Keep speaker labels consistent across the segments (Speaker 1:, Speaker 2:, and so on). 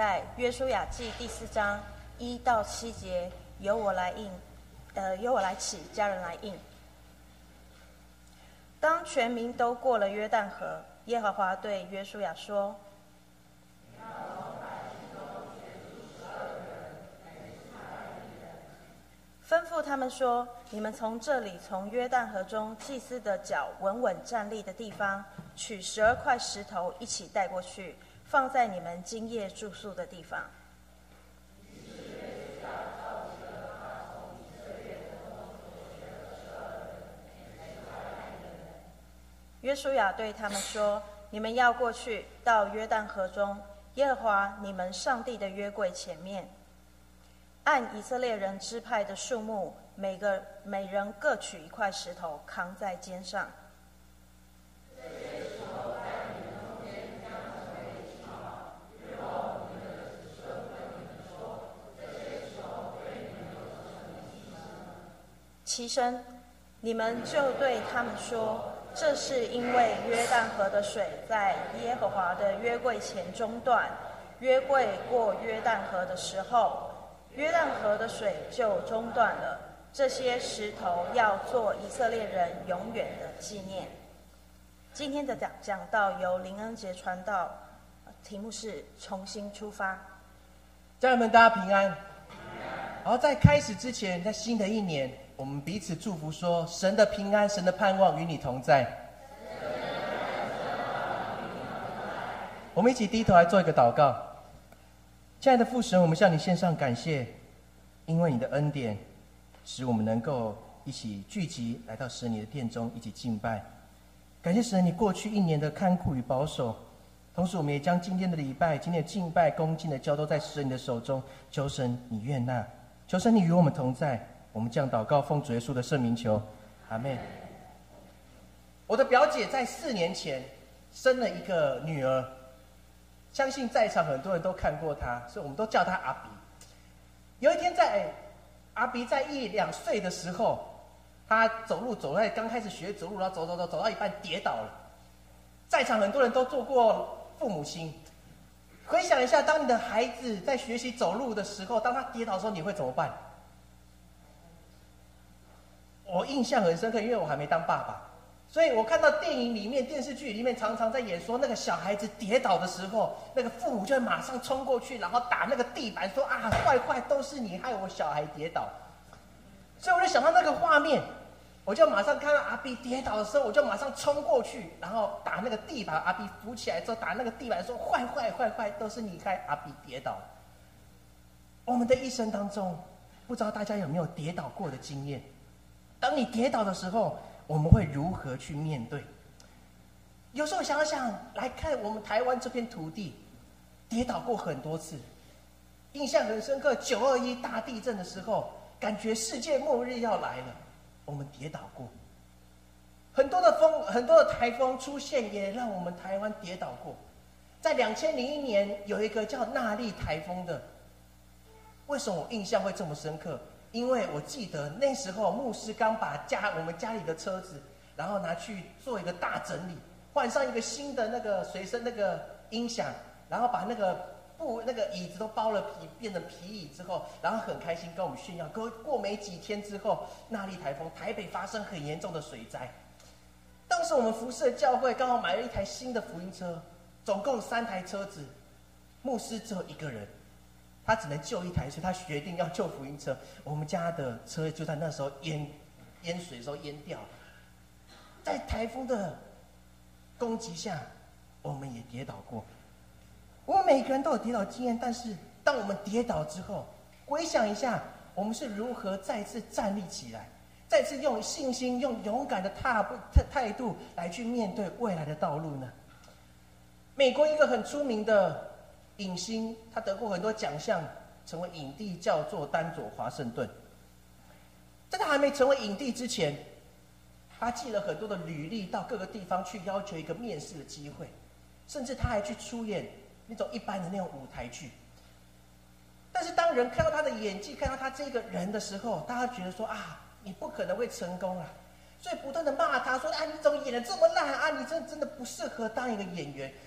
Speaker 1: 在约书亚记第4章1到7节，由我来起，家人来应。当全民都过了约旦河，耶和华对约书亚说：吩咐他们说，你们从这里，从约旦河中祭司的脚稳稳站立的地方，取12块石头一起带过去，放在你们今夜住宿的地方。约书亚对他们说：你们要过去，到约旦河中，耶和华你们上帝的约柜前面，按以色列人支派的数目，每人各取1块石头，扛在肩上。其声，你们就对他们说：这是因为约旦河的水在耶和华的约柜前中断，约柜过约旦河的时候，约旦河的水就中断了。这些石头要做以色列人永远的纪念。今天的讲道由林恩杰传道，题目是重新出发。
Speaker 2: 家人们，大家平安。然后在开始之前，在新的一年，我们彼此祝福说：神的平安，神的盼望与你同在。我们一起低头来做一个祷告。亲爱的父神，我们向你献上感谢，因为你的恩典使我们能够一起聚集来到神你的殿中，一起敬拜。感谢神你过去1年的看顾与保守，同时我们也将今天的礼拜、今天的敬拜恭敬的交托在神你的手中，求神你悦纳，求神你与我们同在。我们这样祷告，奉主耶稣的圣名求，阿们。我的表姐在4年前生了一个女儿，相信在场很多人都看过她，所以我们都叫她阿比。有一天阿比在1、2岁的时候，她走在刚开始学走路，然后走到一半跌倒了。在场很多人都做过父母亲，回想一下，当你的孩子在学习走路的时候，当他跌倒的时候，你会怎么办？我印象很深刻，因为我还没当爸爸，所以我看到电影里面、电视剧里面常常在演说，那个小孩子跌倒的时候，那个父母就会马上冲过去，然后打那个地板，说啊，坏，都是你害我小孩跌倒。所以我就想到那个画面，我就马上看到阿比跌倒的时候，我就马上冲过去，然后打那个地板，阿比扶起来之后打那个地板，说坏，都是你害阿比跌倒。我们的一生当中，不知道大家有没有跌倒过的经验？当你跌倒的时候，我们会如何去面对？有时候想想来看，我们台湾这片土地跌倒过很多次，印象很深刻。921大地震的时候，感觉世界末日要来了，我们跌倒过。很多的台风出现，也让我们台湾跌倒过。在2001年有一个叫纳莉台风的，为什么我印象会这么深刻？因为我记得那时候牧师刚把我们家里的车子，然后拿去做一个大整理，换上一个新的那个随身那个音响，然后把那个椅子都包了皮，变成皮椅之后，然后很开心跟我们炫耀。过没几天之后，纳莉台风台北发生很严重的水灾。当时我们服侍的教会刚好买了一台新的福音车，总共3台车子，牧师只有1个人。他只能救1台，所以他决定要救福音车。我们家的车就在那时候淹水的时候淹掉了。在台风的攻击下，我们也跌倒过。我们每个人都有跌倒经验，但是当我们跌倒之后，回想一下，我们是如何再次站立起来，再次用信心、用勇敢的态度来去面对未来的道路呢？美国一个很出名的影星，他得过很多奖项，成为影帝，叫做丹佐华盛顿。在他还没成为影帝之前，他寄了很多的履历到各个地方去，要求一个面试的机会，甚至他还去出演那种一般的那种舞台剧。但是当人看到他的演技，看到他这个人的时候，大家觉得说啊，你不可能会成功啊，所以不断的骂他说啊，你怎么演得这么烂啊，你真的不适合当一个演员。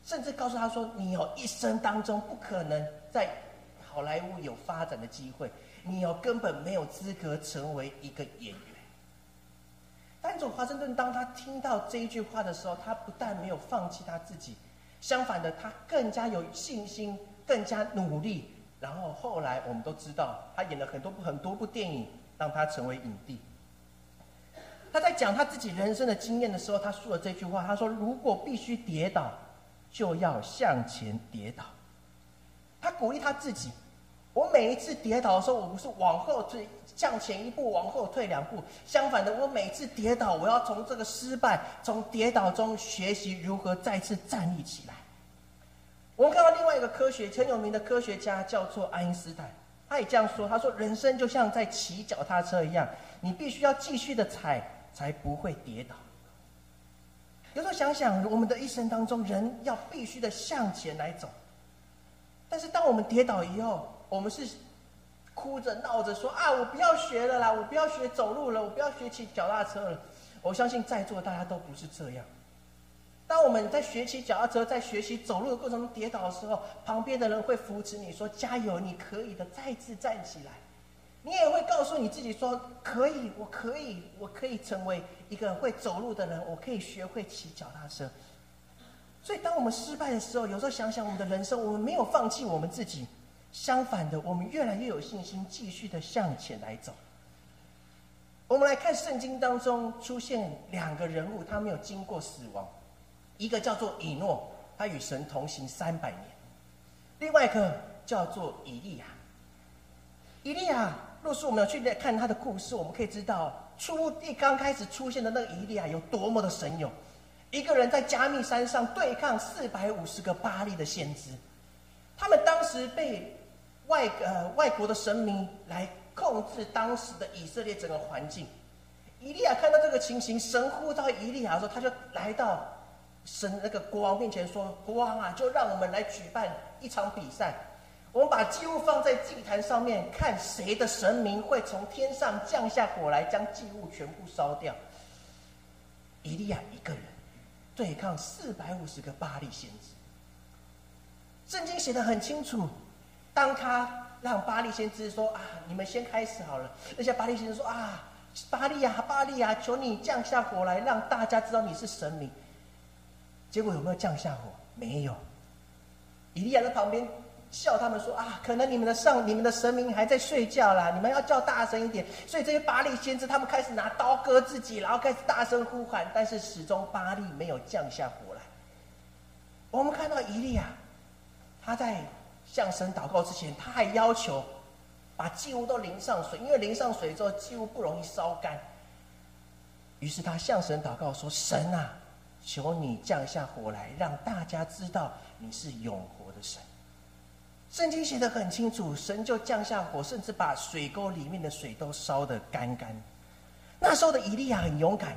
Speaker 2: 甚至告诉他说：“你一生当中不可能在好莱坞有发展的机会，你根本没有资格成为一个演员。”但是华盛顿当他听到这一句话的时候，他不但没有放弃他自己，相反的，他更加有信心，更加努力。然后后来我们都知道，他演了很多部电影，让他成为影帝。他在讲他自己人生的经验的时候，他说了这句话，他说：“如果必须跌倒，就要向前跌倒。”他鼓励他自己。我每一次跌倒的时候，我不是往后退，向前一步，往后退2步。相反的，我每次跌倒，我要从这个失败、从跌倒中学习如何再次站立起来。我们看到另外一个很有名的科学家叫做爱因斯坦，他也这样说，他说：“人生就像在骑脚踏车一样，你必须要继续的踩，才不会跌倒。”有时候想想，我们的一生当中，人要必须的向前来走。但是当我们跌倒以后，我们是哭着闹着说：“啊，我不要学了啦，我不要学走路了，我不要学骑脚踏车了。”我相信在座大家都不是这样。当我们在学骑脚踏车、在学习走路的过程中跌倒的时候，旁边的人会扶持你说：“加油，你可以的，再次站起来。”你也会告诉你自己说：“可以，我可以成为一个会走路的人，我可以学会骑脚踏车。”所以当我们失败的时候，有时候想想我们的人生，我们没有放弃我们自己，相反的，我们越来越有信心，继续的向前来走。我们来看圣经当中出现2个人物，他没有经过死亡，一个叫做以诺，他与神同行300年；另外一个叫做以利亚。以利亚，若是我们有去看他的故事，我们可以知道，刚开始出现的那个以利亚有多么的神勇。一个人在加密山上对抗450个巴力的先知，他们当时被外国的神明来控制当时的以色列整个环境。以利亚看到这个情形，神呼召以利亚的时候，他就来到神那个国王面前说：“国王啊，就让我们来举办一场比赛，我们把祭物放在祭坛上面，看谁的神明会从天上降下火来，将祭物全部烧掉。”以利亚一个人对抗450个巴力先知。圣经写得很清楚，当他让巴力先知说：“啊，你们先开始好了。”那些巴力先知说：“啊，巴力啊，求你降下火来，让大家知道你是神明。”结果有没有降下火？没有。以利亚在旁边笑他们说：“啊，可能你们的神明还在睡觉啦，你们要叫大声一点。”所以这些巴力先知他们开始拿刀割自己，然后开始大声呼喊，但是始终巴力没有降下火来。我们看到以利亚，他在向神祷告之前，他还要求把祭物都淋上水，因为淋上水之后祭物不容易烧干。于是他向神祷告说：“神啊，求你降下火来，让大家知道你是永活的神。”圣经写得很清楚，神就降下火，甚至把水沟里面的水都烧得干干。那时候的以利亚很勇敢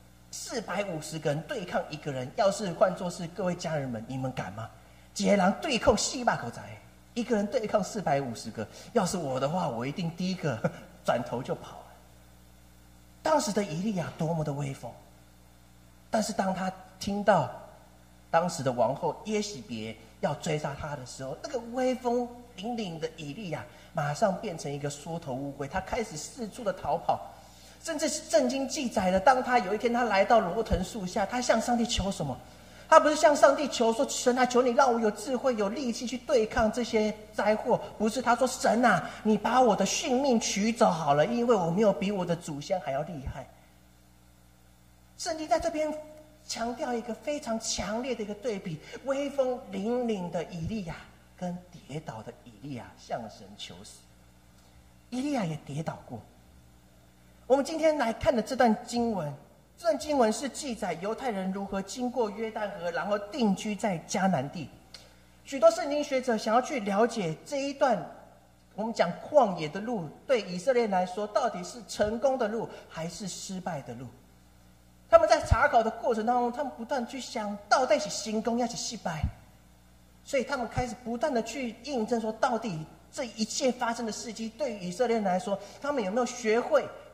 Speaker 2: ，450个人对抗1个人，要是换作是各位家人们，你们敢吗？一个人对抗4百口仔，1个人对抗450个，要是我的话，我一定第一个转头就跑了。当时的以利亚多么的威风，但是当他听到当时的王后耶洗别要追杀他的时候，那个威风凛凛的以利亚马上变成一个缩头乌龟，他开始四处的逃跑。甚至圣经记载了，当他有一天他来到罗藤树下，他向上帝求什么？他不是向上帝求说：“神啊，求你让我有智慧有力气去对抗这些灾祸。”不是，他说：“神啊，你把我的性命取走好了，因为我没有比我的祖先还要厉害。”圣经在这边强调一个非常强烈的一个对比：威风凛凛的以利亚跟跌倒的以利亚向神求死。以利亚也跌倒过。我们今天来看的这段经文，这段经文是记载犹太人如何经过约旦河，然后定居在迦南地。许多圣经学者想要去了解这一段我们讲旷野的路，对以色列人来说到底是成功的路还是失败的路。他们在查考的过程当中，他们不断去想到底是成功还是失败，所以他们开始不断的去印证说，到底这一切发生的事迹对于以色列人来说，他们有没有学会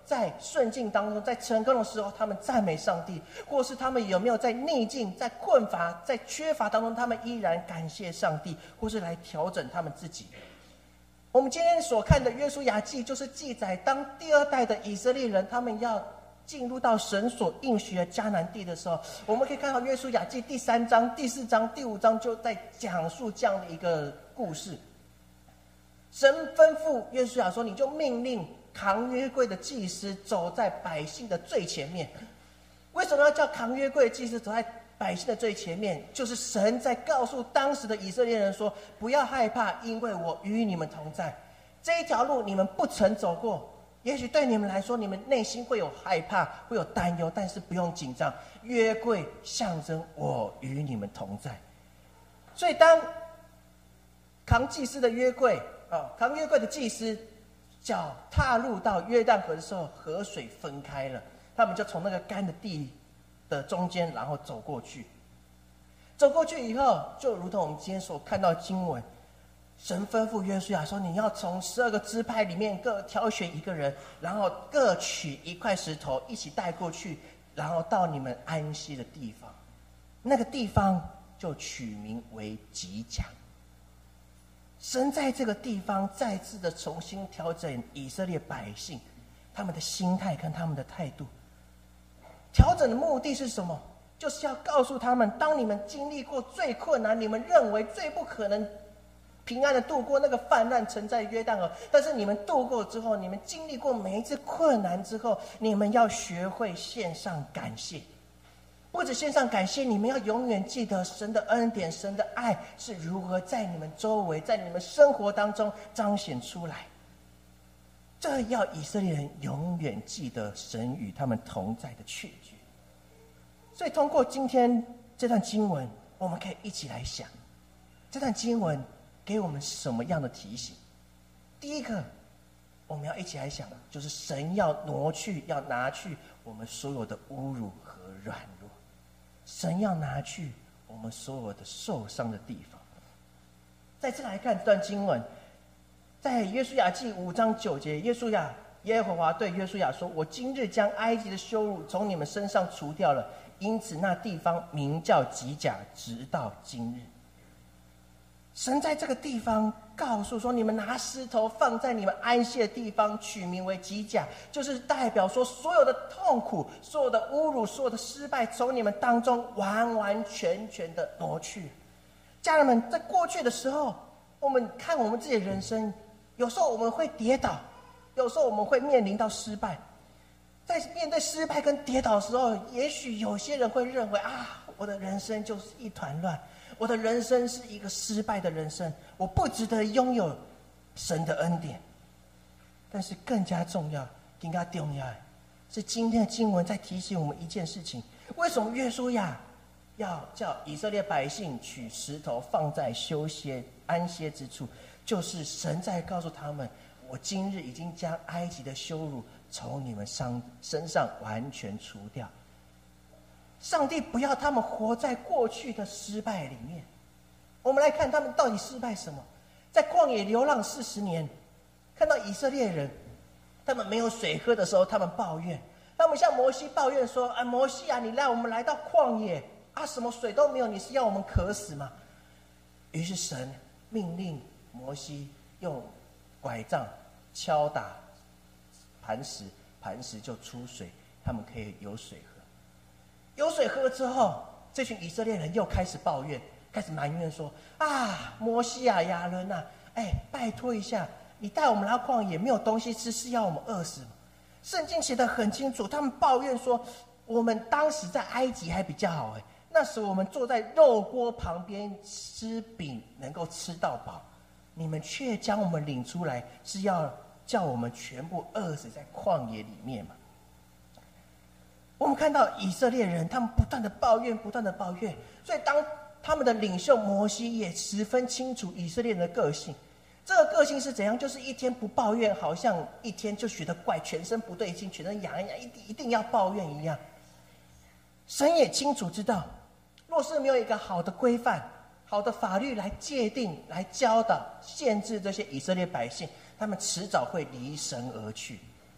Speaker 2: 在顺境当中，在成功的时候，他们赞美上帝，或是他们有没有在逆境、在困乏、在缺乏当中，他们依然感谢上帝，或是来调整他们自己。我们今天所看的约书亚记，就是记载当第二代的以色列人，他们要进入到神所应许的迦南地的时候，我们可以看到约书亚记第3章、第4章、第5章就在讲述这样的一个故事。神吩咐约书亚说：“你就命令扛约柜的祭司走在百姓的最前面。”为什么要叫扛约柜的祭司走在百姓的最前面？就是神在告诉当时的以色列人说：“不要害怕，因为我与你们同在。这一条路你们不曾走过，也许对你们来说，你们内心会有害怕，会有担忧，但是不用紧张。约柜象征我与你们同在。”所以当扛祭司的约柜扛约柜的祭司脚踏入到约旦河的时候，河水分开了，他们就从那个干的地的中间，然后走过去。走过去以后，就如同我们今天所看到的经文，神吩咐约书亚说：“你要从12个支派里面各挑选一个人，然后各取一块石头一起带过去，然后到你们安息的地方。那个地方就取名为吉甲。”神在这个地方再次的重新调整以色列百姓他们的心态跟他们的态度。调整的目的是什么？就是要告诉他们，当你们经历过最困难，你们认为最不可能平安的度过那个泛滥城在约旦河，但是你们度过之后，你们经历过每一次困难之后，你们要学会献上感谢。不止献上感谢，你们要永远记得神的恩典，神的爱是如何在你们周围，在你们生活当中彰显出来。这要以色列人永远记得神与他们同在的确据。所以通过今天这段经文，我们可以一起来想，这段经文给我们什么样的提醒？第一个，我们要一起来想，就是神要拿去我们所有的侮辱和软弱，神要拿去我们所有的受伤的地方。再次来看这段经文，在约书亚记5章9节，耶和华对约书亚说：“我今日将埃及的羞辱从你们身上除掉了，因此那地方名叫吉甲，直到今日。”神在这个地方告诉说，你们拿石头放在你们安息的地方，取名为吉甲，就是代表说所有的痛苦、所有的侮辱、所有的失败，从你们当中完完全全的挪去。家人们，在过去的时候，我们看我们自己的人生，有时候我们会跌倒，有时候我们会面临到失败。在面对失败跟跌倒的时候，也许有些人会认为我的人生就是一团乱，我的人生是一个失败的人生，我不值得拥有神的恩典。但是更加重要、更加重要的是，今天的经文在提醒我们一件事情：为什么约书亚要叫以色列百姓取石头放在安歇之处？就是神在告诉他们，我今日已经将埃及的羞辱从你们身上完全除掉。上帝不要他们活在过去的失败里面。我们来看他们到底失败什么。在旷野流浪40年，看到以色列人他们没有水喝的时候，他们抱怨，他们向摩西抱怨说：摩西啊，我们来到旷野什么水都没有，你是要我们渴死吗？于是神命令摩西用拐杖敲打磐石，磐石就出水，他们可以有水喝。有水喝之后，这群以色列人又开始抱怨，开始埋怨说：摩西啊，亚伦啊，拜托一下，你带我们来到旷野，没有东西吃，是要我们饿死吗？圣经写得很清楚，他们抱怨说，我们当时在埃及还比较好，那时我们坐在肉锅旁边吃饼，能够吃到饱，你们却将我们领出来，是要叫我们全部饿死在旷野里面吗？我们看到以色列人，他们不断的抱怨，不断的抱怨。所以当他们的领袖摩西也十分清楚以色列人的个性，这个个性是怎样？就是一天不抱怨，好像一天就觉得怪，全身不对劲，全身痒一痒，一定要抱怨一样。神也清楚知道，若是没有一个好的规范、好的法律来界定、来教导、限制这些以色列百姓，他们迟早会离神而去。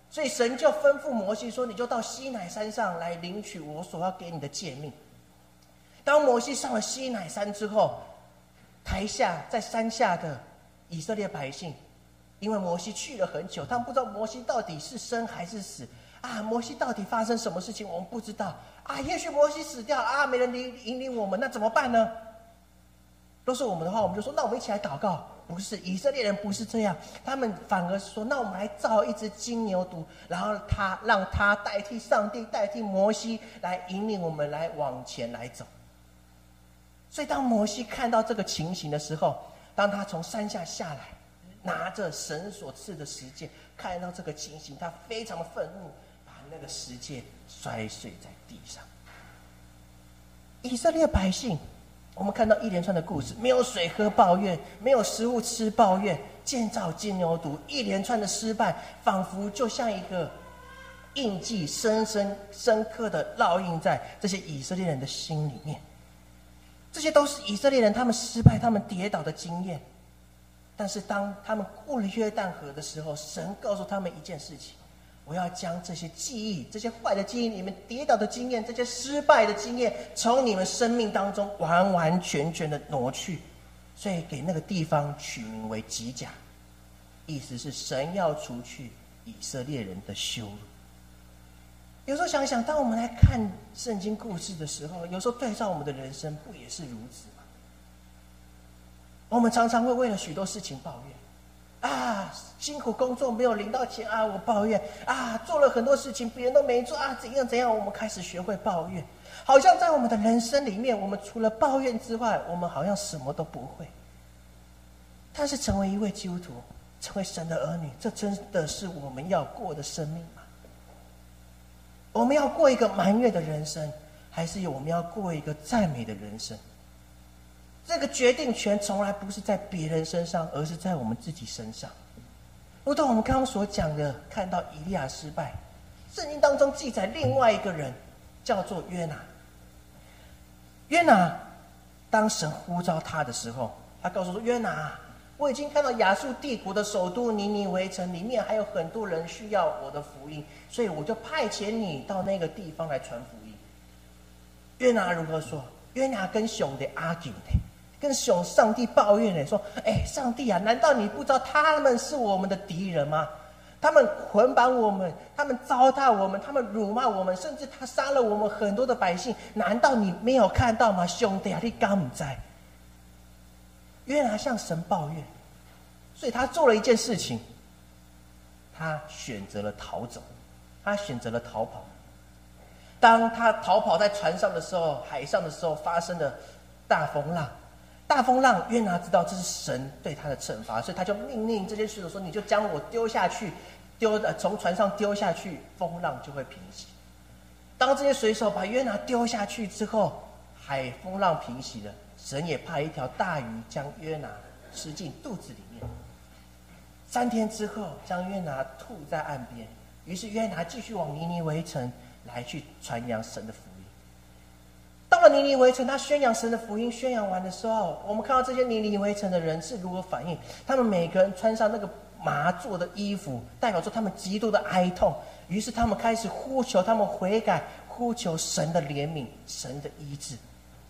Speaker 2: 所以神就吩咐摩西说：“你就到西乃山上来领取我所要给你的诫命。”当摩西上了西乃山之后，台下在山下的以色列百姓，因为摩西去了很久，他们不知道摩西到底是生还是死啊！摩西到底发生什么事情，我们不知道啊！也许摩西死掉啊，没人引领我们，那怎么办呢？都是我们的话，我们就说：那我们一起来祷告。不是，以色列人不是这样，他们反而是说：那我们来造一只金牛犊，然后让他代替上帝，代替摩西来引领我们来往前来走。所以当摩西看到这个情形的时候，当他从山下下来，拿着神所赐的石戒，看到这个情形，他非常的愤怒，把那个石戒摔碎在地上。以色列百姓，我们看到一连串的故事，没有水喝抱怨，没有食物吃抱怨，建造金牛犊，一连串的失败，仿佛就像一个印记，深刻的烙印在这些以色列人的心里面。这些都是以色列人他们失败、他们跌倒的经验。但是当他们过了约旦河的时候，神告诉他们一件事情：我要将这些记忆、这些坏的记忆、你们跌倒的经验、这些失败的经验，从你们生命当中完完全全的挪去。所以给那个地方取名为吉甲，意思是神要除去以色列人的羞辱。有时候想想，当我们来看圣经故事的时候，有时候对照我们的人生，不也是如此吗？我们常常会为了许多事情抱怨啊，辛苦工作没有领到钱啊，我抱怨啊，做了很多事情别人都没做啊，怎样，我们开始学会抱怨，好像在我们的人生里面，我们除了抱怨之外，我们好像什么都不会。但是成为一位基督徒，成为神的儿女，这真的是我们要过的生命吗？我们要过一个埋怨的人生，还是我们要过一个赞美的人生？这个决定权从来不是在别人身上，而是在我们自己身上。如同我们刚刚所讲的，看到以利亚失败，圣经当中记载另外一个人叫做约拿。约拿当神呼召他的时候，他告诉说：约拿，我已经看到亚述帝国的首都尼尼微城里面还有很多人需要我的福音，所以我就派遣你到那个地方来传福音。约拿如何说？约拿跟熊的argue呢，跟上帝抱怨呢，说：上帝啊，难道你不知道他们是我们的敌人吗？他们捆绑我们，他们糟蹋我们，他们辱骂我们，甚至他杀了我们很多的百姓，难道你没有看到吗？兄弟啊，你敢不知？约拿向神抱怨，所以他做了一件事情，他选择了逃走，他选择了逃跑。当他逃跑在船上的时候，海上的时候发生了大风浪，大风浪，约拿知道这是神对他的惩罚，所以他就命令这些水手说：你就将我丢下去，从船上丢下去，风浪就会平息。当这些水手把约拿丢下去之后，风浪平息了，神也派一条大鱼将约拿吃进肚子里面。3天之后，将约拿吐在岸边。于是约拿继续往尼尼微城来去传扬神的福音。到了尼尼微城，他宣扬神的福音，宣扬完的时候，我们看到这些尼尼微城的人是如何反应。他们每个人穿上那个麻做的衣服，代表说他们极度的哀痛。于是他们开始呼求他们悔改，呼求神的怜悯，神的医治。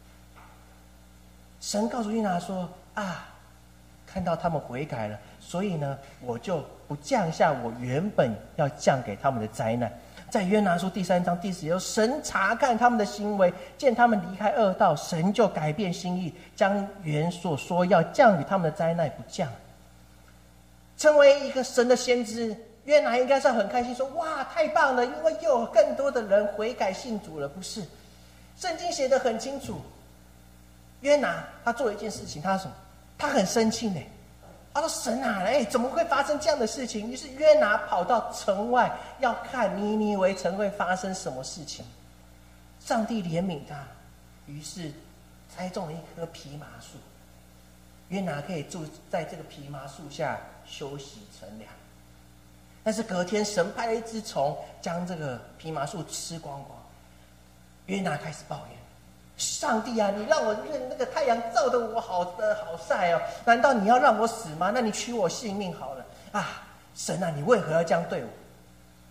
Speaker 2: 神告诉约拿说：看到他们悔改了，所以呢，我就不降下我原本要降给他们的灾难。在约拿书第3章第10节，神查看他们的行为，见他们离开恶道，神就改变心意，将原所说要降与他们的灾难不降。成为一个神的先知，约拿应该是很开心，说：哇，太棒了，因为又有更多的人悔改信主了。不是，圣经写得很清楚，约拿他做了一件事情，他说他很生气呢。他说：神啊，怎么会发生这样的事情？于是约拿跑到城外，要看尼尼微城会发生什么事情。上帝怜悯他，于是栽种了一棵蓖麻树，约拿可以住在这个蓖麻树下休息乘凉。但是隔天，神派了一只虫将这个蓖麻树吃光光。约拿开始抱怨：上帝啊，你让我那个太阳照得我好晒哦，难道你要让我死吗？那你取我性命好了啊！神啊，你为何要这样对我？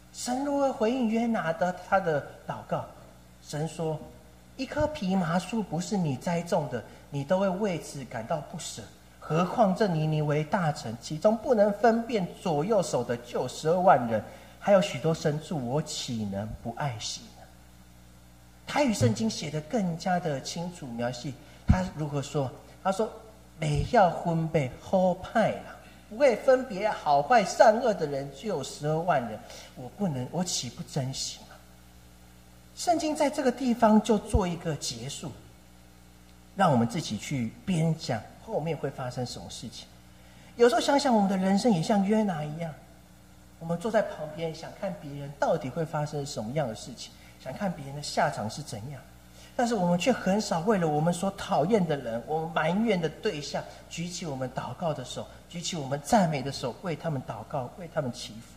Speaker 2: 神如何回应约拿的他的祷告？神说：一棵蓖麻树不是你栽种的，你都会为此感到不舍。何况这尼尼微大城，其中不能分辨左右手的就12万人，还有许多牲畜，我岂能不爱惜呢？台语圣经写得更加的清楚描写，他如何说？他说：没要分别好歹啦，不会分别好坏善恶的人就有12万人，我岂不珍惜吗？圣经在这个地方就做一个结束，让我们自己去边讲后面会发生什么事情。有时候想想我们的人生也像约拿一样，我们坐在旁边想看别人到底会发生什么样的事情，想看别人的下场是怎样，但是我们却很少为了我们所讨厌的人，我们埋怨的对象，举起我们祷告的手，举起我们赞美的手，为他们祷告，为他们祈福。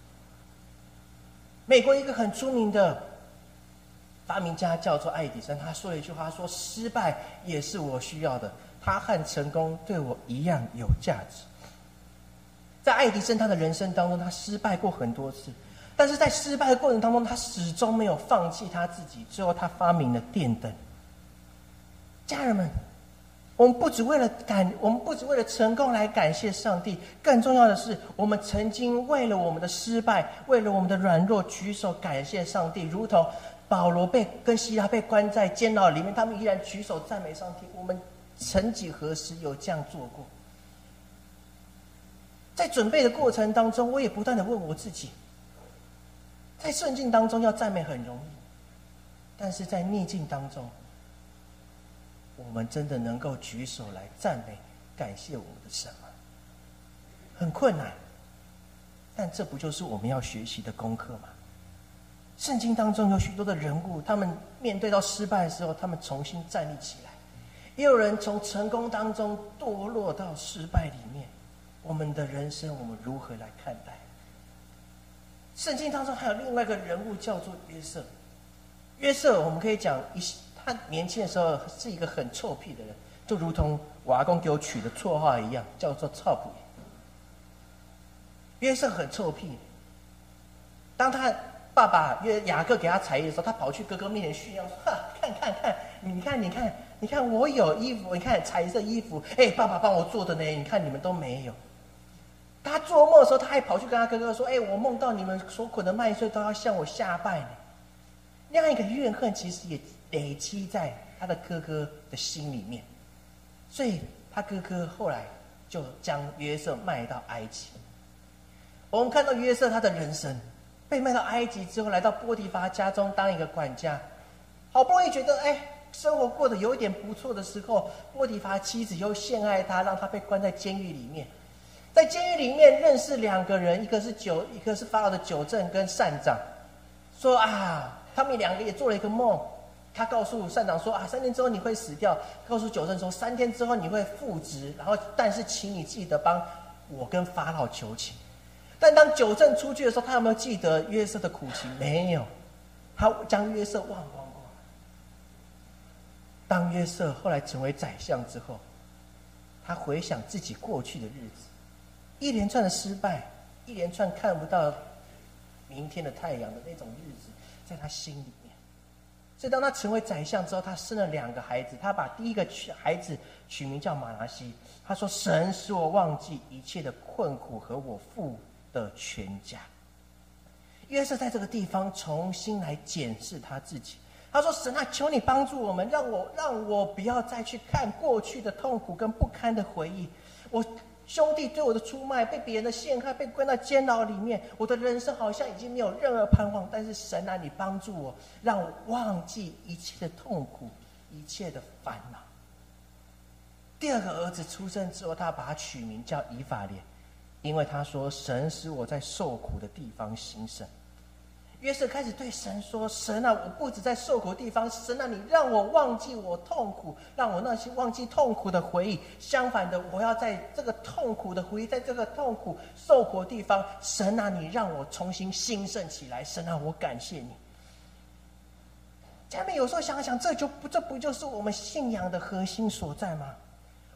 Speaker 2: 美国一个很出名的发明家叫做爱迪生，他说了一句话，他说：失败也是我需要的，它和成功对我一样有价值。在爱迪生他的人生当中，他失败过很多次，但是在失败的过程当中，他始终没有放弃他自己，最后他发明了电灯。家人们，我们不只为了成功来感谢上帝，更重要的是，我们曾经为了我们的失败，为了我们的软弱，举手感谢上帝，如同保罗跟希拉被关在监牢里面，他们依然举手赞美上帝。我们曾几何时有这样做过？在准备的过程当中，我也不断的问我自己，在顺境当中要赞美很容易，但是在逆境当中，我们真的能够举手来赞美感谢我们的神吗？很困难，但这不就是我们要学习的功课吗？圣经当中有许多的人物，他们面对到失败的时候，他们重新站立起来，也有人从成功当中堕落到失败里面。我们的人生我们如何来看待？圣经当中还有另外一个人物叫做约瑟。约瑟我们可以讲他年轻的时候是一个很臭屁的人，就如同我阿公给我取的绰号一样，叫做臭屁。约瑟很臭屁，当他爸爸雅各给他彩衣的时候，他跑去哥哥面前炫耀说：看，你看我有衣服，你看彩色衣服，爸爸帮我做的呢，你看你们都没有。他做梦的时候，他还跑去跟他哥哥说：我梦到你们所捆的麦穗都要向我下拜呢。那样一个怨恨其实也累积在他的哥哥的心里面，所以他哥哥后来就将约瑟卖到埃及。我们看到约瑟他的人生被卖到埃及之后，来到波提乏家中当一个管家，好不容易觉得生活过得有一点不错的时候，波提乏妻子又陷害他，让他被关在监狱里面。在监狱里面认识2个人，一个是法老的酒政跟善长，说他们2个也做了一个梦。他告诉善长说3天之后你会死掉，告诉酒政说3天之后你会复职，然后但是请你记得帮我跟法老求情。但当酒政出去的时候，他有没有记得约瑟的苦情？没有，他将约瑟忘光光。当约瑟后来成为宰相之后，他回想自己过去的日子，一连串的失败，一连串看不到明天的太阳的那种日子，在他心里面。所以当他成为宰相之后，他生了2个孩子，他把第一个孩子取名叫马拿西。他说：神使我忘记一切的困苦和我父的全家。约瑟在这个地方重新来检视他自己。他说：神啊，求你帮助我们，让我不要再去看过去的痛苦跟不堪的回忆。我兄弟对我的出卖，被别人的陷害，被关到监牢里面，我的人生好像已经没有任何盼望。但是神啊，你帮助我，让我忘记一切的痛苦，一切的烦恼。第2个儿子出生之后，他把他取名叫以法莲，因为他说：神使我在受苦的地方兴盛。约瑟开始对神说：神啊，我不止在受苦的地方，神啊，你让我忘记我痛苦，让我那些忘记痛苦的回忆。相反的，我要在这个痛苦的回忆，在这个痛苦受苦的地方，神啊，你让我重新兴盛起来。神啊，我感谢你。家人们有时候想想，这不就是我们信仰的核心所在吗？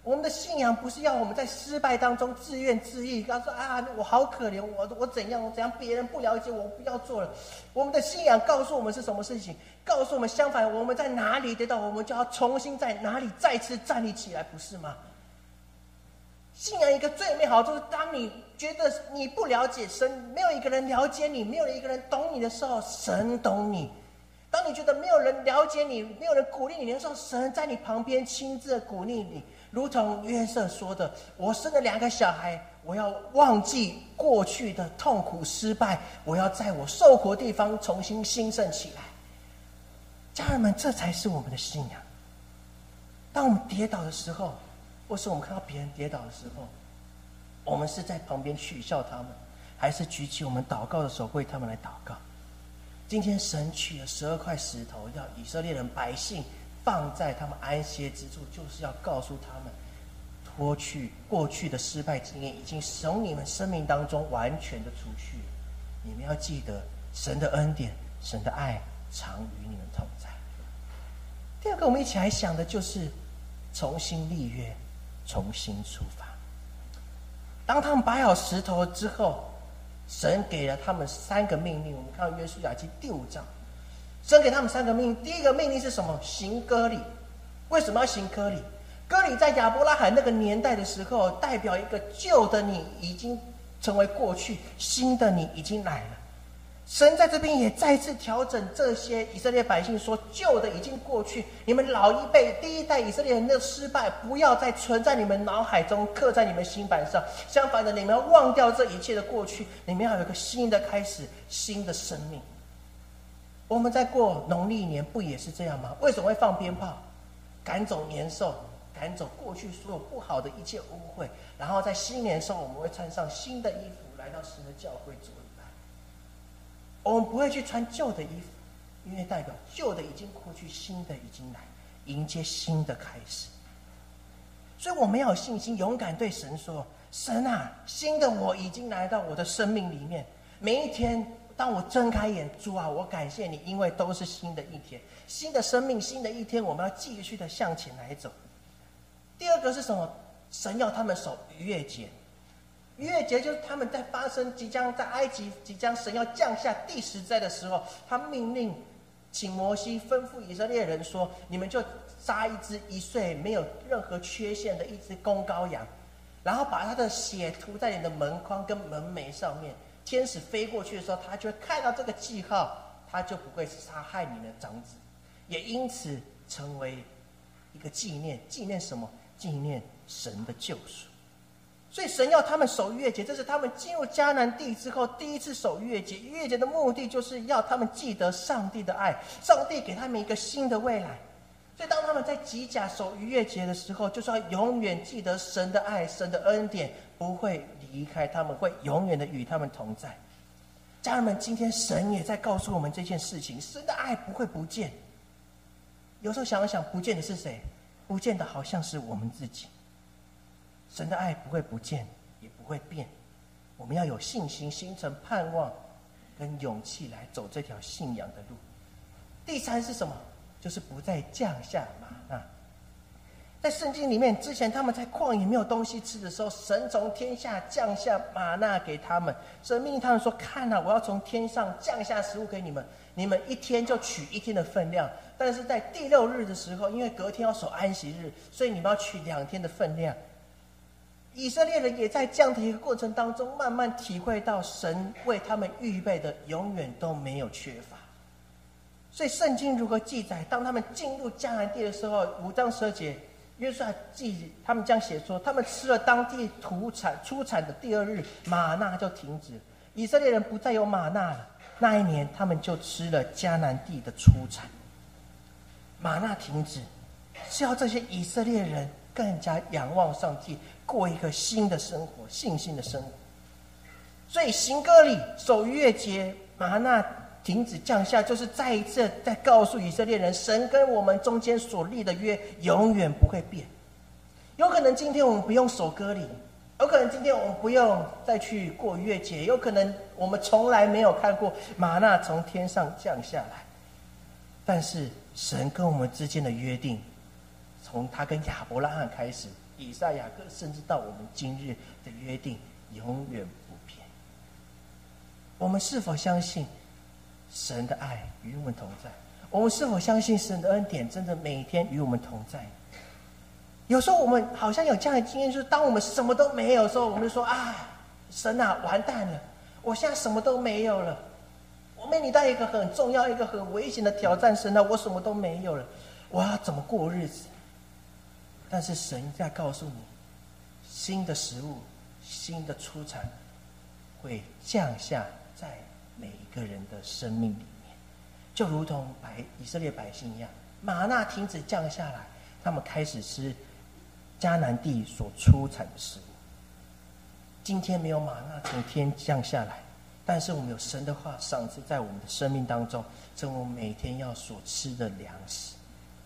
Speaker 2: 我们的信仰不是要我们在失败当中自怨自艾，告诉啊我好可怜，我怎样，别人不了解我，不要做了。我们的信仰告诉我们是什么事情？告诉我们相反，我们在哪里跌倒，我们就要重新在哪里再次站立起来，不是吗？信仰一个最美好，就是当你觉得你不了解神，没有一个人了解你，没有一个人懂你的时候，神懂你。当你觉得没有人了解你，没有人鼓励你的时候，神在你旁边亲自鼓励你。如同约瑟说的，我生了2个小孩，我要忘记过去的痛苦失败，我要在我受苦的地方重新兴盛起来。家人们，这才是我们的信仰。当我们跌倒的时候，或是我们看到别人跌倒的时候，我们是在旁边取笑他们，还是举起我们祷告的手为他们来祷告？今天神取了12块石头，要以色列人百姓放在他们安歇之处，就是要告诉他们，脱去过去的失败经验已经从你们生命当中完全的除去。你们要记得神的恩典，神的爱常与你们同在。第二个我们一起来想的就是重新立约，重新出发。当他们摆好石头之后，神给了他们3个命令。我们看到约书亚记第5章，神给他们3个命令。第一个命令是什么？行割礼。为什么要行割礼？割礼在亚伯拉罕那个年代的时候，代表一个旧的你已经成为过去，新的你已经来了。神在这边也再次调整这些以色列百姓，说旧的已经过去，你们老一辈第一代以色列人的失败不要再存在你们脑海中，刻在你们心板上。相反的，你们要忘掉这一切的过去，你们要有一个新的开始，新的生命。我们在过农历年不也是这样吗？为什么会放鞭炮？赶走年兽，赶走过去所有不好的一切污秽，然后在新年的时候，我们会穿上新的衣服来到神的教会做礼拜。我们不会去穿旧的衣服，因为代表旧的已经过去，新的已经来，迎接新的开始。所以我们要有信心，勇敢对神说：神啊，新的我已经来到我的生命里面。每一天当我睁开眼，主啊，我感谢你，因为都是新的一天，新的生命，新的一天，我们要继续的向前来走。第二个是什么？神要他们守逾越节。逾越节就是他们在发生即将在埃及即将神要降下第10灾的时候，他命令请摩西吩咐以色列人说：你们就杀一只1岁没有任何缺陷的一只公羔羊，然后把他的血涂在你的门框跟门楣上面，天使飞过去的时候，他就会看到这个记号，他就不会杀害你的长子，也因此成为一个纪念。纪念什么？纪念神的救赎。所以神要他们守逾越节，这是他们进入迦南地之后第一次守逾越节。逾越节的目的就是要他们记得上帝的爱，上帝给他们一个新的未来。所以当他们在吉甲守逾越节的时候，就是要永远记得神的爱，神的恩典不会离开他们，会永远的与他们同在。家人们，今天神也在告诉我们这件事情，神的爱不会不见。有时候想一想，不见的是谁？不见的好像是我们自己。神的爱不会不见，也不会变。我们要有信心，形成盼望跟勇气来走这条信仰的路。第三是什么？就是不再降下玛纳。在圣经里面，之前他们在旷野没有东西吃的时候，神从天下降下玛纳给他们。神命令他们说：看啊，我要从天上降下食物给你们，你们一天就取一天的分量。但是在第6日的时候，因为隔天要守安息日，所以你们要取2天的分量。以色列人也在这样的一个过程当中，慢慢体会到神为他们预备的永远都没有缺乏。所以圣经如何记载？当他们进入迦南地的时候，5章12节，约书亚记他们这样写说：他们吃了当地出产的第2日，玛纳就停止，以色列人不再有玛纳了。那一年，他们就吃了迦南地的出产。玛纳停止，是要这些以色列人更加仰望上帝，过一个新的生活，信心的生活。所以行割礼、守逾越节，玛纳停止降下，就是再一次在告诉以色列人，神跟我们中间所立的约永远不会变。有可能今天我们不用守割礼，有可能今天我们不用再去过逾越节，有可能我们从来没有看过玛纳从天上降下来，但是神跟我们之间的约定，从他跟亚伯拉罕开始， 以赛亚歌，甚至到我们今日的约定永远不变。我们是否相信神的爱与我们同在？我们是否相信神的恩典真的每一天与我们同在？有时候我们好像有这样的经验，就是当我们什么都没有的时候，我们就说啊，神啊，完蛋了，我现在什么都没有了，我面临到一个很重要、一个很危险的挑战，神啊，我什么都没有了，我要怎么过日子？但是神在告诉你，新的食物、新的出产会降下在每一个人的生命里面，就如同以色列百姓一样，玛纳停止降下来，他们开始吃迦南地所出产的食物。今天没有玛纳从天降下来，但是我们有神的话赏赐在我们的生命当中，成为我们每天要所吃的粮食。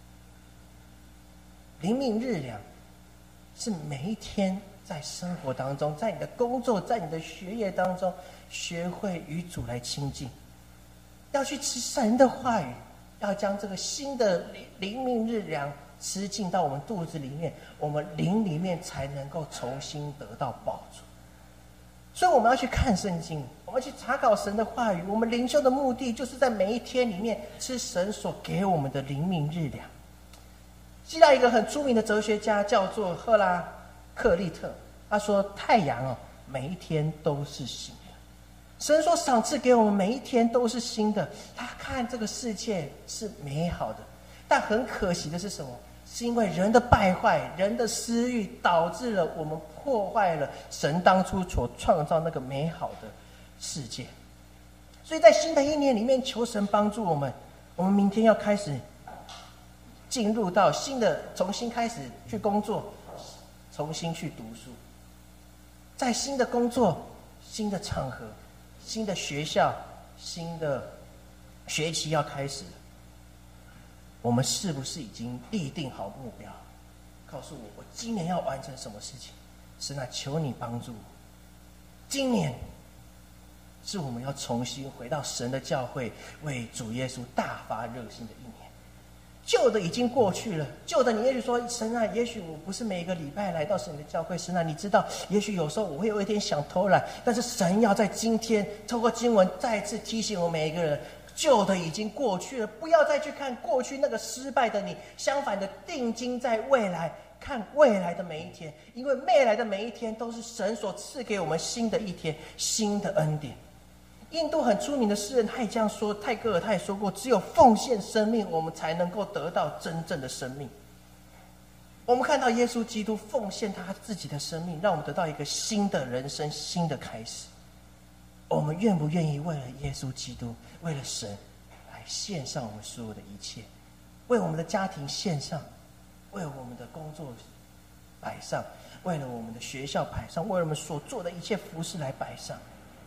Speaker 2: 灵命日粮是每一天在生活当中，在你的工作，在你的学业当中，学会与主来亲近，要去吃神的话语，要将这个新的灵命日粮吃进到我们肚子里面，我们灵里面才能够重新得到饱足。所以我们要去看圣经，我们要去查考神的话语。我们灵修的目的就是在每一天里面吃神所给我们的灵命日粮。希腊一个很出名的哲学家叫做赫拉克利特，他说太阳每一天都是新的。神所赏赐给我们每一天都是新的，他看这个世界是美好的，但很可惜的是什么？是因为人的败坏，人的私欲，导致了我们破坏了神当初所创造那个美好的世界。所以在新的一年里面，求神帮助我们，我们明天要开始进入到新的，重新开始去工作，重新去读书，在新的工作、新的场合、新的学校、新的学期要开始了，我们是不是已经立定好目标，告诉我今年要完成什么事情？神啊，求你帮助我。今年是我们要重新回到神的教会，为主耶稣大发热心的一年。旧的已经过去了，旧的你也许说，神啊，也许我不是每个礼拜来到神的教会，神啊，你知道，也许有时候我会有一点想偷懒，但是神要在今天透过经文再次提醒我们每一个人，旧的已经过去了，不要再去看过去那个失败的你，相反的定睛在未来，看未来的每一天，因为未来的每一天都是神所赐给我们新的一天，新的恩典。印度很出名的诗人他也这样说，泰戈尔他也说过，只有奉献生命，我们才能够得到真正的生命。我们看到耶稣基督奉献他自己的生命，让我们得到一个新的人生，新的开始。我们愿不愿意为了耶稣基督，为了神来献上我们所有的一切，为我们的家庭献上，为我们的工作摆上，为了我们的学校摆上，为了我们所做的一切服事来摆上。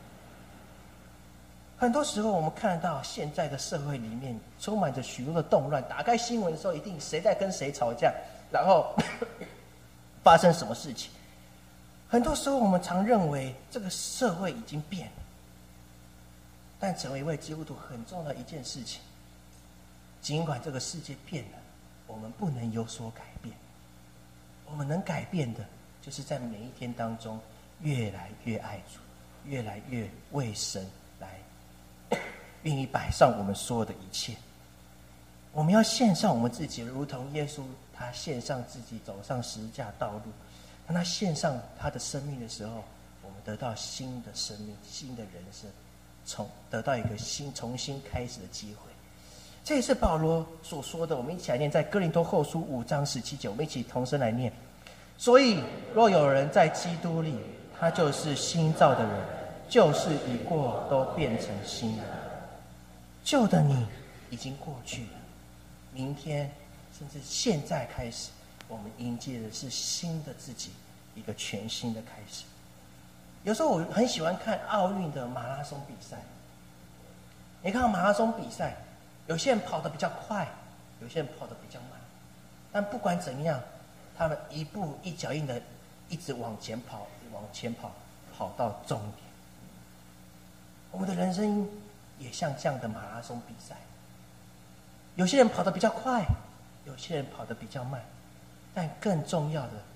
Speaker 2: 很多时候我们看到现在的社会里面充满着许多的动乱，打开新闻的时候一定谁在跟谁吵架，然后发生什么事情。很多时候我们常认为这个社会已经变了，但成为一位基督徒很重要的一件事情，尽管这个世界变了，我们不能有所改变。我们能改变的就是在每一天当中越来越爱主，越来越为神来愿意摆上我们所有的一切。我们要献上我们自己，如同耶稣他献上自己，走上十字架道路。当他献上他的生命的时候，我们得到新的生命，新的人生，得到一个重新开始的机会。这也是保罗所说的，我们一起来念，在哥林多后书5章17节，我们一起同声来念。所以若有人在基督里，他就是新造的人，旧事已过，都变成新的。旧的你已经过去了，明天甚至现在开始，我们迎接的是新的自己，一个全新的开始。有时候我很喜欢看奥运的马拉松比赛，你看到马拉松比赛，有些人跑得比较快，有些人跑得比较慢，但不管怎么样，他们一步一脚印的一直往前跑，往前跑，跑到终点。我们的人生也像这样的马拉松比赛，有些人跑得比较快，有些人跑得比较慢，但更重要的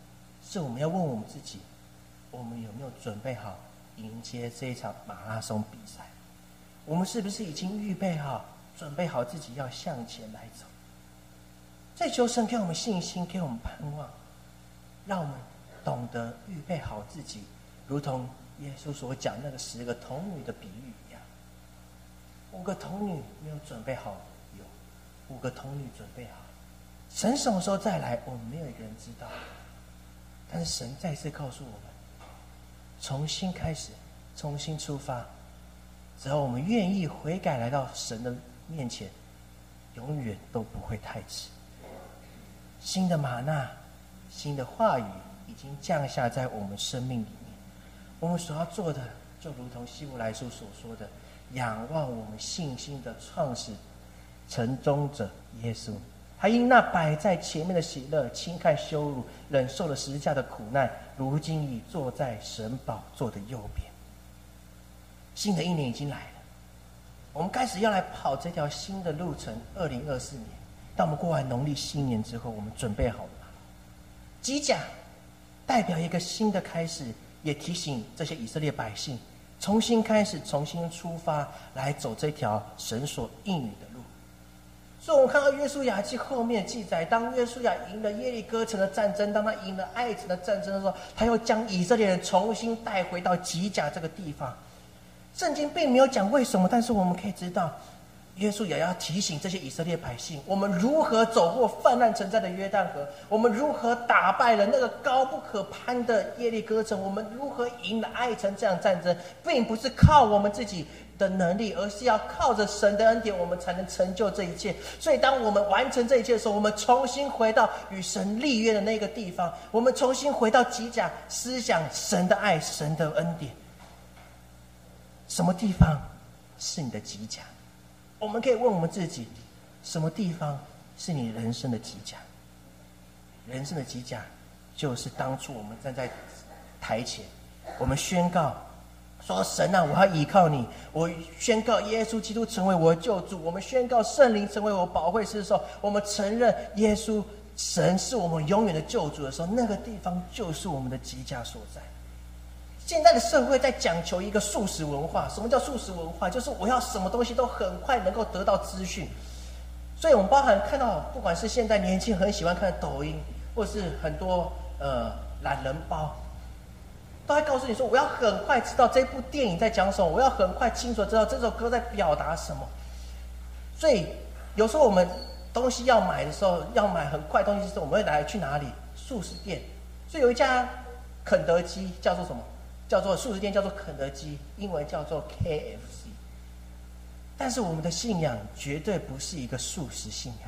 Speaker 2: 是我们要问我们自己，我们有没有准备好迎接这一场马拉松比赛？我们是不是已经预备好，准备好自己要向前来走？再求神给我们信心，给我们盼望，让我们懂得预备好自己，如同耶稣所讲那个10个童女的比喻一样。5个童女没有准备好油，5个童女准备好，神什么时候再来，我们没有一个人知道。但是神再次告诉我们，重新开始，重新出发。只要我们愿意悔改，来到神的面前，永远都不会太迟。新的玛纳，新的话语已经降下在我们生命里面。我们所要做的，就如同希伯来书所说的，仰望我们信心的创始成终者耶稣。他因那摆在前面的喜乐，轻看羞辱，忍受了十字架的苦难，如今已坐在神宝座的右边。新的一年已经来了，我们开始要来跑这条新的路程。2024年，当我们过完农历新年之后，我们准备好了吗？吉甲代表一个新的开始，也提醒这些以色列百姓重新开始，重新出发，来走这条神所应允的路。所以我们看到约书亚记后面记载，当约书亚赢了耶利哥城的战争，当他赢了爱城的战争的时候，他又将以色列人重新带回到吉甲这个地方。圣经并没有讲为什么，但是我们可以知道，约书亚要提醒这些以色列百姓，我们如何走过泛滥成灾的约旦河，我们如何打败了那个高不可攀的耶利哥城，我们如何赢了爱城这样战争，并不是靠我们自己的能力，而是要靠着神的恩典，我们才能成就这一切。所以当我们完成这一切的时候，我们重新回到与神立约的那个地方，我们重新回到吉甲，思想神的爱，神的恩典。什么地方是你的吉甲？我们可以问我们自己，什么地方是你人生的吉甲？人生的吉甲就是当初我们站在台前，我们宣告说，神啊，我要依靠你，我宣告耶稣基督成为我的救主，我们宣告圣灵成为我保惠师的时候，我们承认耶稣神是我们永远的救主的时候，那个地方就是我们的吉甲所在。现在的社会在讲求一个速食文化。什么叫速食文化？就是我要什么东西都很快能够得到资讯。所以我们包含看到，不管是现在年轻人很喜欢看的抖音，或是很多懒人包，都会告诉你说，我要很快知道这部电影在讲什么，我要很快清楚知道这首歌在表达什么。所以有时候我们东西要买的时候，要买很快的东西的时候，我们会去哪里？速食店。所以有一家肯德基叫做什么？叫做速食店，叫做肯德基，英文叫做 KFC。 但是我们的信仰绝对不是一个速食信仰，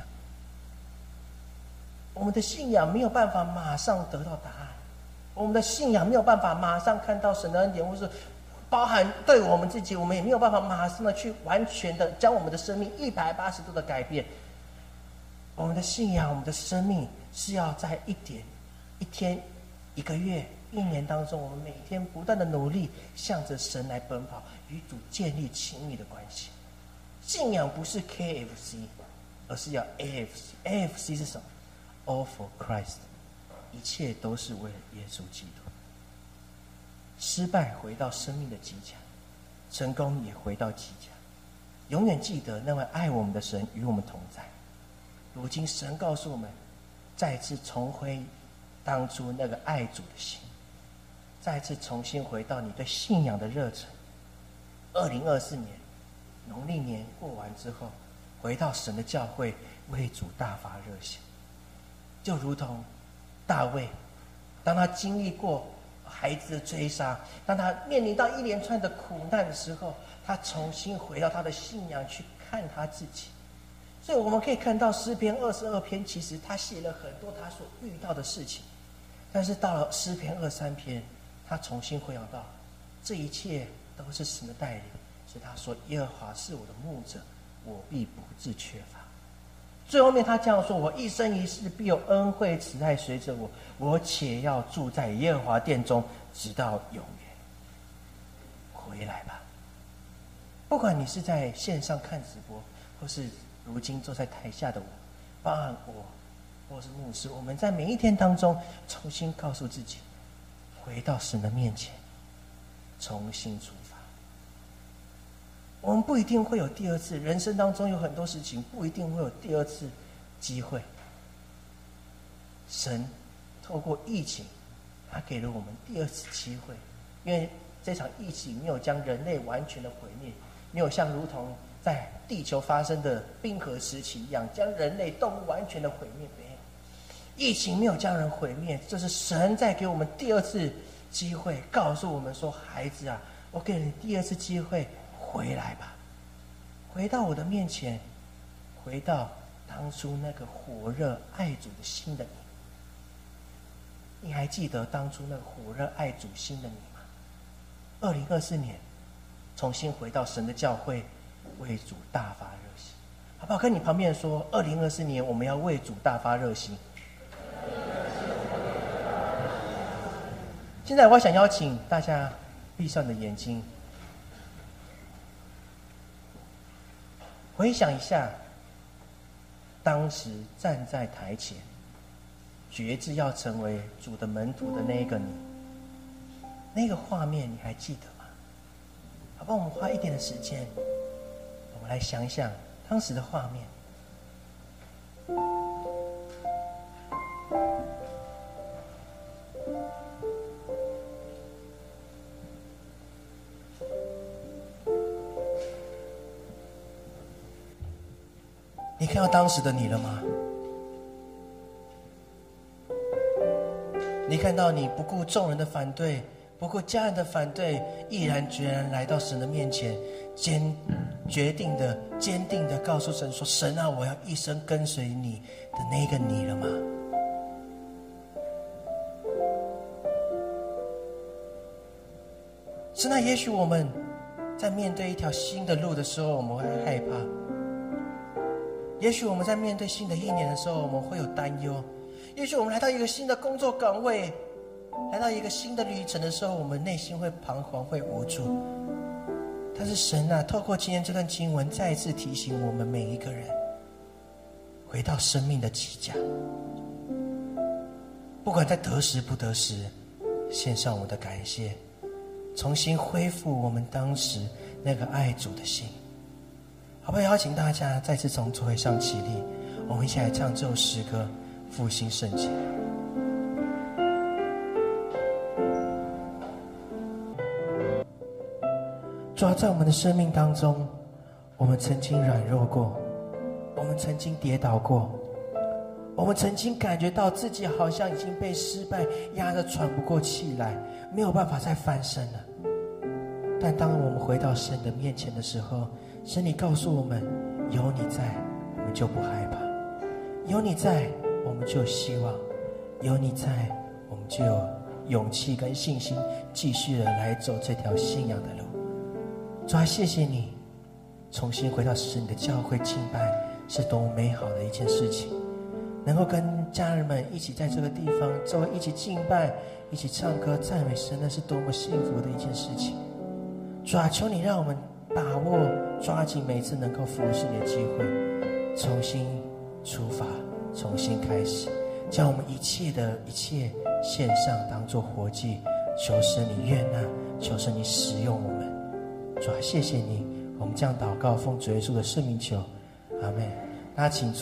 Speaker 2: 我们的信仰没有办法马上得到答案，我们的信仰没有办法马上看到神的恩典，或是包含对我们自己，我们也没有办法马上的去完全的将我们的生命180度的改变。我们的信仰，我们的生命是要在一天、1个月、1年当中，我们每天不断的努力，向着神来奔跑，与主建立亲密的关系。信仰不是 KFC， 而是要 AFC。AFC 是什么？ All for Christ， 一切都是为了耶稣基督。失败回到生命的吉甲，成功也回到吉甲。永远记得那位爱我们的神与我们同在。如今神告诉我们，再次重回当初那个爱主的心，再次重新回到你对信仰的热忱。2024年农历年过完之后，回到神的教会，为主大发热心。就如同大卫，当他经历过孩子的追杀，当他面临到一连串的苦难的时候，他重新回到他的信仰去看他自己。所以我们可以看到诗篇22篇，其实他写了很多他所遇到的事情，但是到了诗篇23篇，他重新回想到这一切都是神的带领。所以他说，耶和华是我的牧者，我必不致缺乏。最后面他这样说，我一生一世必有恩惠慈爱随着我，我且要住在耶和华殿中，直到永远。回来吧，不管你是在线上看直播，或是如今坐在台下的我，包含我或是牧师，我们在每一天当中重新告诉自己，回到神的面前，重新出发。我们不一定会有第二次，人生当中有很多事情不一定会有第二次机会。神透过疫情，他给了我们第二次机会，因为这场疫情没有将人类完全的毁灭，没有像如同在地球发生的冰河时期一样，将人类动物完全的毁灭。没有，疫情没有将人毁灭，这是神在给我们第二次机会，告诉我们说：孩子啊，我给你第二次机会，回来吧，回到我的面前，回到当初那个火热爱主的心的你。你还记得当初那个火热爱主心的你吗？2024年重新回到神的教会，为主大发热心，好不好？跟你旁边说，2024年我们要为主大发热心。现在我想邀请大家闭上你的眼睛，回想一下当时站在台前决志要成为主的门徒的那个你，那个画面你还记得吗？好不好？我们花一点的时间，我们来想一想当时的画面。你看到当时的你了吗？你看到你不顾众人的反对，不顾家人的反对，毅然决然来到神的面前，坚定的告诉神说：神啊，我要一生跟随你的那个你了吗？是那也许我们在面对一条新的路的时候，我们会害怕，也许我们在面对新的一年的时候，我们会有担忧，也许我们来到一个新的工作岗位，来到一个新的旅程的时候，我们内心会彷徨，会无助。但是神啊，透过今天这段经文，再一次提醒我们每一个人，回到生命的起家，不管在得时不得时，献上我们的感谢，重新恢复我们当时那个爱主的心。好不好？邀请大家再次从座位上起立，我们一起来唱这首诗歌《复兴圣洁》。主要在我们的生命当中，我们曾经软弱过，我们曾经跌倒过，我们曾经感觉到自己好像已经被失败压得喘不过气来，没有办法再翻身了。但当我们回到神的面前的时候，神你告诉我们，有你在，我们就不害怕；有你在，我们就有希望；有你在，我们就有勇气跟信心，继续的来走这条信仰的路。主啊，谢谢你，重新回到神的教会敬拜，是多么美好的一件事情。能够跟家人们一起在这个地方，周围一起敬拜，一起唱歌赞美神，那是多么幸福的一件事情。主啊，求你让我们把握抓紧每次能够服侍你的机会，重新出发，重新开始，将我们一切献上，当作活祭，求神你悦纳，求神你使用我们。主啊，谢谢你，我们这样祷告，奉主耶稣的圣名求，阿们。大家请